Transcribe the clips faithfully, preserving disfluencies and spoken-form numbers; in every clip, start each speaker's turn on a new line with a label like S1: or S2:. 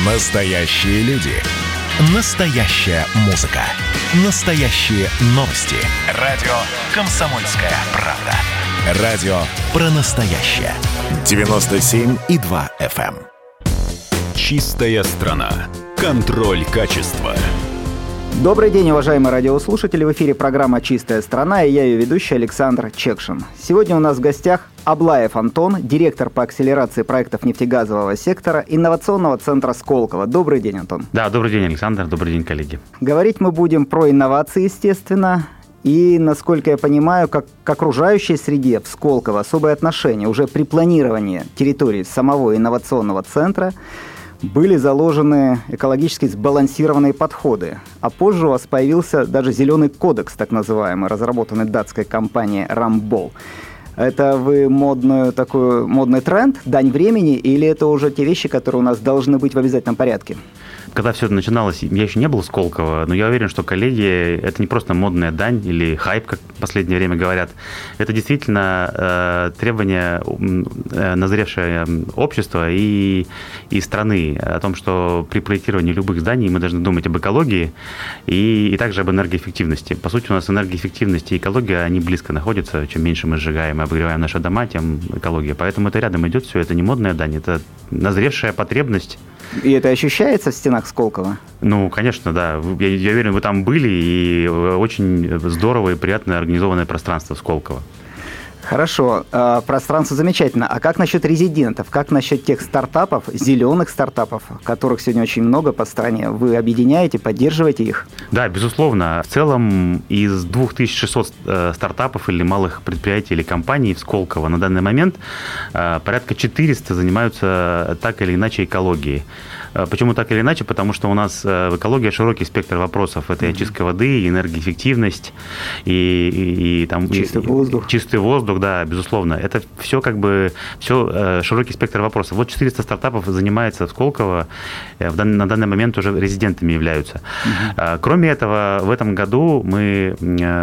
S1: Настоящие люди. Настоящая музыка. Настоящие новости. Радио «Комсомольская правда». Радио про настоящее. девяносто семь и два эф эм.
S2: Чистая страна. Контроль качества.
S3: Добрый день, уважаемые радиослушатели. В эфире программа «Чистая страна» и я ее ведущий Александр Чекшин. Сегодня у нас в гостях Аблаев Антон, директор по акселерации проектов нефтегазового сектора инновационного центра Сколково. Добрый день, Антон.
S4: Да, добрый день, Александр. Добрый день, коллеги.
S3: Говорить мы будем про инновации, естественно. И, насколько я понимаю, как к окружающей среде в Сколково особое отношение уже при планировании территории самого инновационного центра были заложены экологически сбалансированные подходы. А позже у вас появился даже зеленый кодекс, так называемый, разработанный датской компанией Ramboll. Это вы модную, такой модный тренд, дань времени, или это уже те вещи, которые у нас должны быть в обязательном порядке?
S4: Когда все это начиналось, я еще не был в Сколково, но я уверен, что коллеги, это не просто модная дань или хайп, как в последнее время говорят. Это действительно э, требование э, назревшее общества и, и страны о том, что при проектировании любых зданий мы должны думать об экологии и, и также об энергоэффективности. По сути, у нас энергоэффективность и экология, они близко находятся. Чем меньше мы сжигаем и обогреваем наши дома, тем экология. Поэтому это рядом идет все. Это не модная дань, это назревшая потребность.
S3: И это ощущается в стенах Сколково?
S4: Ну, конечно, да. Я, я уверен, вы там были, и очень здорово и приятное организованное пространство Сколково.
S3: Хорошо, пространство замечательно. А как насчет резидентов? Как насчет тех стартапов, зеленых стартапов, которых сегодня очень много по стране? Вы объединяете, поддерживаете их?
S4: Да, безусловно. В целом из две тысячи шестьсот стартапов или малых предприятий или компаний в Сколково на данный момент порядка четыреста занимаются так или иначе экологией. Почему так или иначе? Потому что у нас в экологии широкий спектр вопросов. Это и очистка воды, и энергоэффективность, и, и, и там,
S3: чистый воздух.
S4: Чистый воздух, да, безусловно. Это все как бы все широкий спектр вопросов. Вот четыреста стартапов занимается в Сколково, на данный момент уже резидентами являются. Угу. Кроме этого, в этом году мы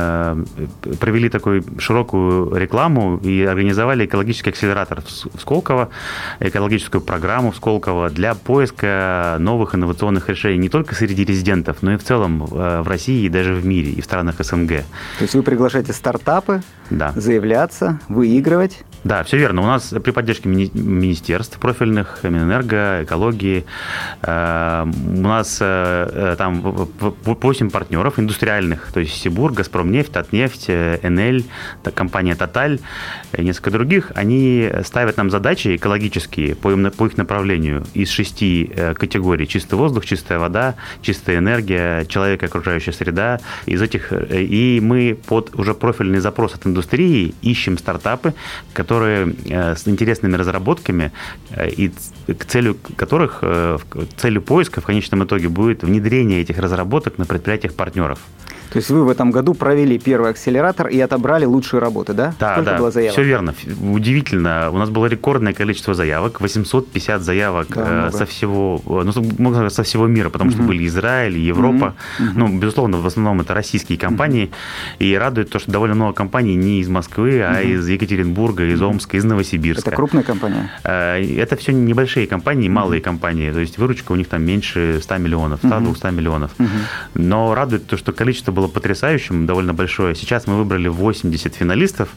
S4: провели такую широкую рекламу и организовали экологический акселератор в Сколково, экологическую программу в Сколково для поиска новых инновационных решений не только среди резидентов, но и в целом в России и даже в мире, и в странах СНГ.
S3: То есть вы приглашаете стартапы,
S4: да,
S3: заявляться, выигрывать? Да,
S4: все верно. У нас при поддержке мини- министерств профильных, Минэнерго, экологии, э, у нас э, там восемь партнеров индустриальных, то есть Сибур, Газпромнефть, Татнефть, Энель, компания Тоталь и несколько других. Они ставят нам задачи экологические по, им, по их направлению из шести категорий: чистый воздух, чистая вода, чистая энергия, человек и окружающая среда. Из этих, и мы под уже профильный запрос от индустрии ищем стартапы, которые с интересными разработками, и к целью которых, целью поиска в конечном итоге будет внедрение этих разработок на предприятиях партнеров.
S3: То есть вы в этом году провели первый акселератор и отобрали лучшие работы, да?
S4: Да,
S3: Сколько
S4: да,
S3: было заявок?
S4: Все верно. Удивительно. У нас было рекордное количество заявок, восемьсот пятьдесят заявок, да, со всего, ну, можно сказать, со всего мира, потому что угу. были Израиль, Европа. Угу. Ну, безусловно, в основном это российские компании. Угу. И радует то, что довольно много компаний не из Москвы, а угу. из Екатеринбурга, из Омска, из Новосибирска.
S3: Это крупные компании?
S4: Это все небольшие компании, малые угу. компании. То есть выручка у них там меньше ста миллионов, ста-двухсот миллионов. Угу. Но радует то, что количество было потрясающим, довольно большое. Сейчас мы выбрали восемьдесят финалистов,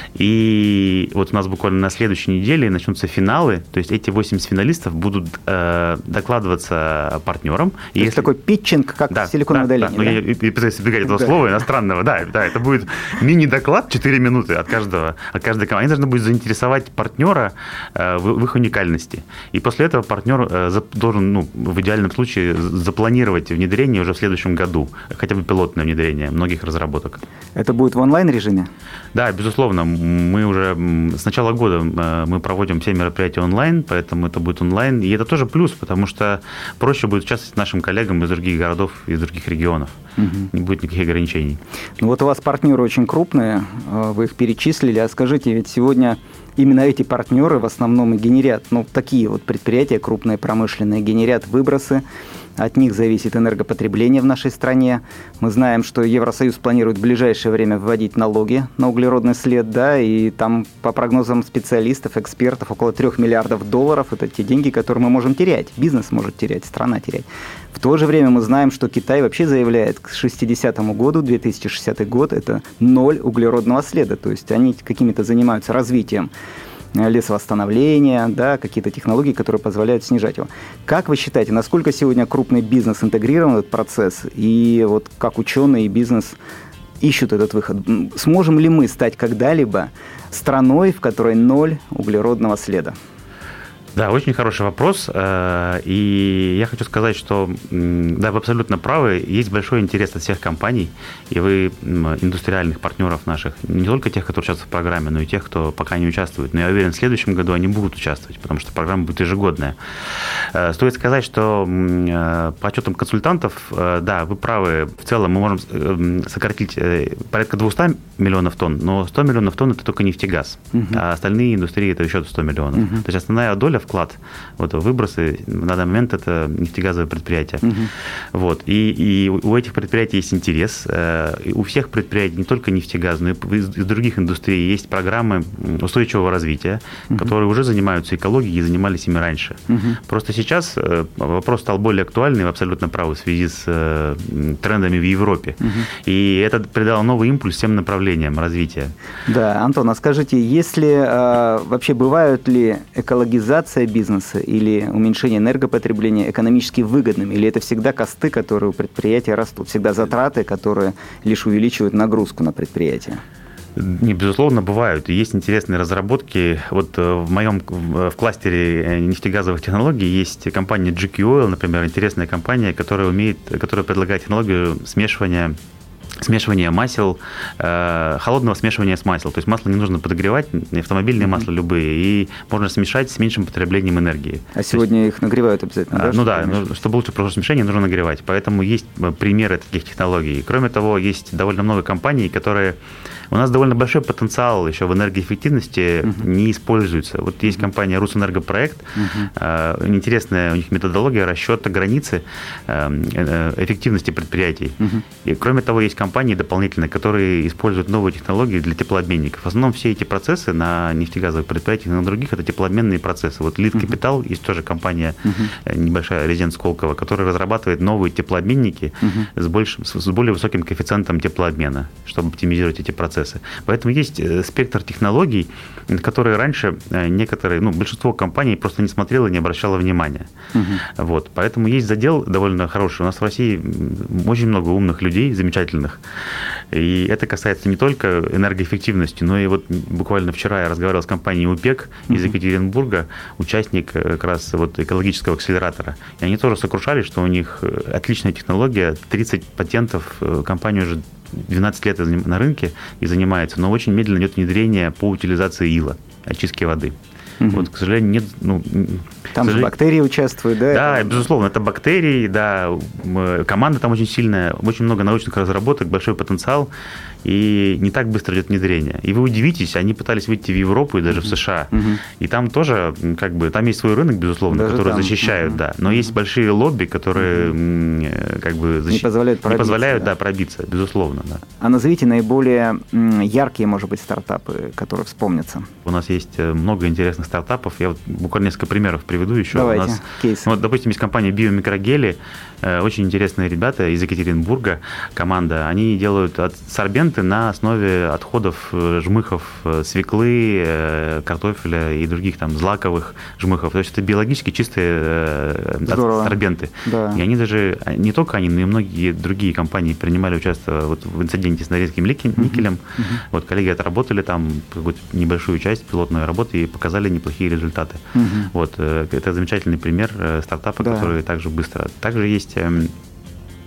S4: и вот у нас буквально на следующей неделе начнутся финалы, то есть эти восемьдесят финалистов будут э, докладываться партнерам.
S3: То есть если... такой питчинг, как
S4: да,
S3: в Силиконовой
S4: да,
S3: долине.
S4: Да,
S3: да?
S4: Я, я пытаюсь избегать этого
S3: да.
S4: слова иностранного, да, да, это будет мини-доклад, четыре минуты от каждого, от каждой команды. Они должны будут заинтересовать партнера э, в, в их уникальности. И после этого партнер э, должен, ну, в идеальном случае запланировать внедрение уже в следующем году, хотя бы пилотное внедрение многих разработок.
S3: Это будет в онлайн-режиме?
S4: Да, безусловно. Мы уже с начала года мы проводим все мероприятия онлайн, поэтому это будет онлайн. И это тоже плюс, потому что проще будет участвовать нашим коллегам из других городов, из других регионов. Угу. Не будет никаких ограничений.
S3: Ну вот у вас партнеры очень крупные, вы их перечислили. А скажите, ведь сегодня именно эти партнеры в основном и генерят, ну, такие вот предприятия крупные, промышленные, генерят выбросы От них зависит энергопотребление в нашей стране. Мы знаем, что Евросоюз планирует в ближайшее время вводить налоги на углеродный след, да, и там, по прогнозам специалистов, экспертов, около трех миллиардов долларов – это те деньги, которые мы можем терять. Бизнес может терять, страна терять. В то же время мы знаем, что Китай вообще заявляет к шестидесятому году, две тысячи шестидесятый год, это ноль углеродного следа. То есть они какими-то занимаются развитием лесовосстановления, да, какие-то технологии, которые позволяют снижать его. Как вы считаете, насколько сегодня крупный бизнес интегрирован в этот процесс? И вот как ученые и бизнес ищут этот выход? Сможем ли мы стать когда-либо страной, в которой ноль углеродного следа?
S4: Да, очень хороший вопрос. И я хочу сказать, что да, вы абсолютно правы. Есть большой интерес от всех компаний, и вы индустриальных партнеров наших, не только тех, которые участвуют в программе, но и тех, кто пока не участвует. Но я уверен, в следующем году они будут участвовать, потому что программа будет ежегодная. Стоит сказать, что по отчетам консультантов, да, вы правы, в целом мы можем сократить порядка двести миллионов тонн, но сто миллионов тонн – это только нефтегаз, угу. а остальные индустрии – это еще сто миллионов. Угу. То есть основная доля вклад, вот выбросы на данный момент это нефтегазовые предприятия. Угу. Вот. И, и у этих предприятий есть интерес. И у всех предприятий, не только нефтегаз, но и из других индустрий есть программы устойчивого развития, угу. которые уже занимаются экологией и занимались ими раньше. Угу. Просто сейчас вопрос стал более актуальный, вы абсолютно правы, в связи с трендами в Европе. Угу. И это придало новый импульс всем направлениям развития.
S3: Да, Антон, а скажите, если вообще бывают ли экологизация бизнеса или уменьшение энергопотребления экономически выгодными? Или это всегда косты, которые у предприятия растут? Всегда затраты, которые лишь увеличивают нагрузку на предприятие?
S4: Не, безусловно, бывают. И есть интересные разработки. Вот в моем в кластере нефтегазовых технологий есть компания джи кью Oil, например, интересная компания, которая умеет, которая предлагает технологию смешивания смешивание масел, э, холодного смешивания с масел. То есть масло не нужно подогревать, автомобильные mm-hmm. масла любые, и можно смешать с меньшим потреблением энергии.
S3: А сегодня есть, их нагревают обязательно, да?
S4: Ну да, ну, чтобы лучше процесс смешения, нужно нагревать. Поэтому есть примеры таких технологий. Кроме того, есть довольно много компаний, которые... У нас довольно большой потенциал еще в энергоэффективности uh-huh. не используется. Вот есть компания «Русэнергопроект». Uh-huh. Интересная у них методология расчета границы эффективности предприятий. Uh-huh. И кроме того, есть компании дополнительные, которые используют новые технологии для теплообменников. В основном все эти процессы на нефтегазовых предприятиях и на других – это теплообменные процессы. Вот Lead Capital, uh-huh. есть тоже компания uh-huh. небольшая, Резидент Сколково, которая разрабатывает новые теплообменники uh-huh. с, большим, с более высоким коэффициентом теплообмена, чтобы оптимизировать эти процессы. Поэтому есть спектр технологий, на которые раньше некоторые, ну, большинство компаний просто не смотрело и не обращало внимания. Uh-huh. Вот. Поэтому есть задел довольно хороший. У нас в России очень много умных людей, замечательных. И это касается не только энергоэффективности, но и вот буквально вчера я разговаривал с компанией УПЕК uh-huh. из Екатеринбурга, участник как раз вот экологического акселератора. И они тоже сокрушались, что у них отличная технология, тридцать патентов, компания уже двенадцать лет на рынке и занимается, но очень медленно идет внедрение по утилизации ила, очистке воды. Угу. Вот, к сожалению, нет... Ну,
S3: там же бактерии участвуют, да?
S4: Да,
S3: это...
S4: безусловно, это бактерии, да, команда там очень сильная, очень много научных разработок, большой потенциал, и не так быстро идет внедрение. И вы удивитесь, они пытались выйти в Европу и даже uh-huh. в США, uh-huh. и там тоже, как бы, там есть свой рынок, безусловно, даже который там. защищают, uh-huh. да, но uh-huh. есть большие лобби, которые, uh-huh. как бы, защищ...
S3: не позволяют пробиться,
S4: не позволяют
S3: да.
S4: Да, пробиться, безусловно, да.
S3: А назовите наиболее яркие, может быть, стартапы, которые вспомнятся.
S4: У нас есть много интересных стартапов, я вот буквально несколько примеров приведу еще.
S3: Давайте,
S4: у нас,
S3: кейсы.
S4: Вот, допустим, есть компания Биомикрогели, очень интересные ребята из Екатеринбурга, команда, они делают сорбенты на основе отходов жмыхов свеклы, картофеля и других там злаковых жмыхов. То есть это биологически чистые Здорово. сорбенты. Да. И они даже, не только они, но и многие другие компании принимали участие вот в инциденте с Норильским никелем. Uh-huh. Uh-huh. Вот коллеги отработали там какую-то небольшую часть пилотной работы и показали неплохие результаты. Uh-huh. Вот, это замечательный пример стартапа, да. который также быстро. Также есть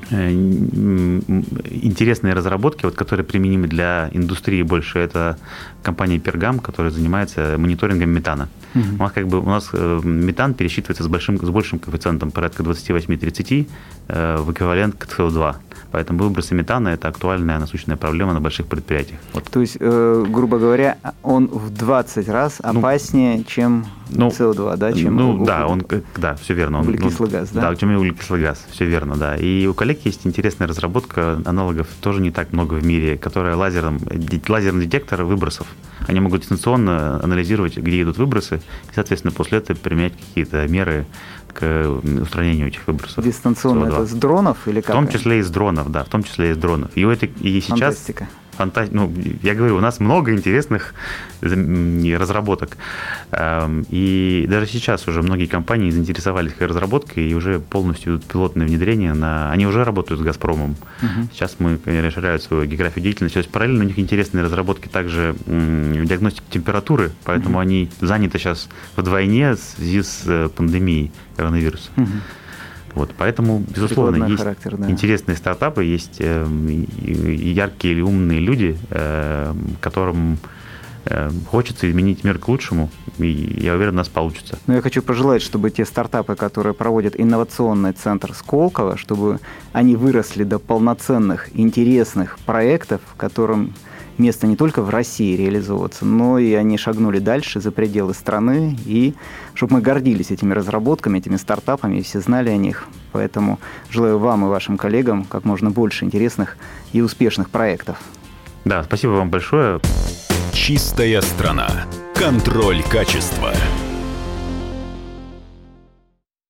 S4: интересные разработки, вот, которые применимы для индустрии больше, это компания Пергам, которая занимается мониторингом метана. Угу. У нас как бы у нас метан пересчитывается с большим, с большим коэффициентом, порядка двадцать восемь тридцать, в эквивалент к си о два. Поэтому выбросы метана – это актуальная насущная проблема на больших предприятиях. Вот.
S3: То есть, э, грубо говоря, он в двадцать раз опаснее, ну, чем ну, си о два, да? Чем
S4: ну,
S3: углекислый,
S4: да, он, да, все верно. Он,
S3: углекислый
S4: ну,
S3: газ, да?
S4: Да, чем углекислый газ, все верно, да. И у коллег есть интересная разработка аналогов, тоже не так много в мире, которая лазером, лазерный детектор выбросов. Они могут дистанционно анализировать, где идут выбросы, и, соответственно, после этого применять какие-то меры к устранению этих выбросов.
S3: Дистанционно это с дронов или как?
S4: В том числе и с дронов, да, в том числе и с дронов. И, это, и сейчас...
S3: Фантастика.
S4: Фанта... Ну, я говорю, у нас много интересных разработок. И даже сейчас уже многие компании заинтересовались этой разработкой и уже полностью идут пилотные внедрения. На... Они уже работают с «Газпромом». Угу. Сейчас мы расширяют свою географию деятельности. То есть параллельно у них интересные разработки также в диагностике температуры, поэтому угу. они заняты сейчас вдвойне в связи с пандемией коронавируса. Угу. Вот, поэтому, безусловно, Прикладный есть характер, да. интересные стартапы, есть э, яркие или умные люди, э, которым э, хочется изменить мир к лучшему, и я уверен, у нас получится.
S3: Но я хочу пожелать, чтобы те стартапы, которые проводит инновационный центр Сколково, чтобы они выросли до полноценных, интересных проектов, которым место не только в России реализовываться, но и они шагнули дальше, за пределы страны, и чтобы мы гордились этими разработками, этими стартапами, и все знали о них. Поэтому желаю вам и вашим коллегам как можно больше интересных и успешных проектов.
S4: Да, спасибо вам большое.
S2: Чистая страна. Контроль качества.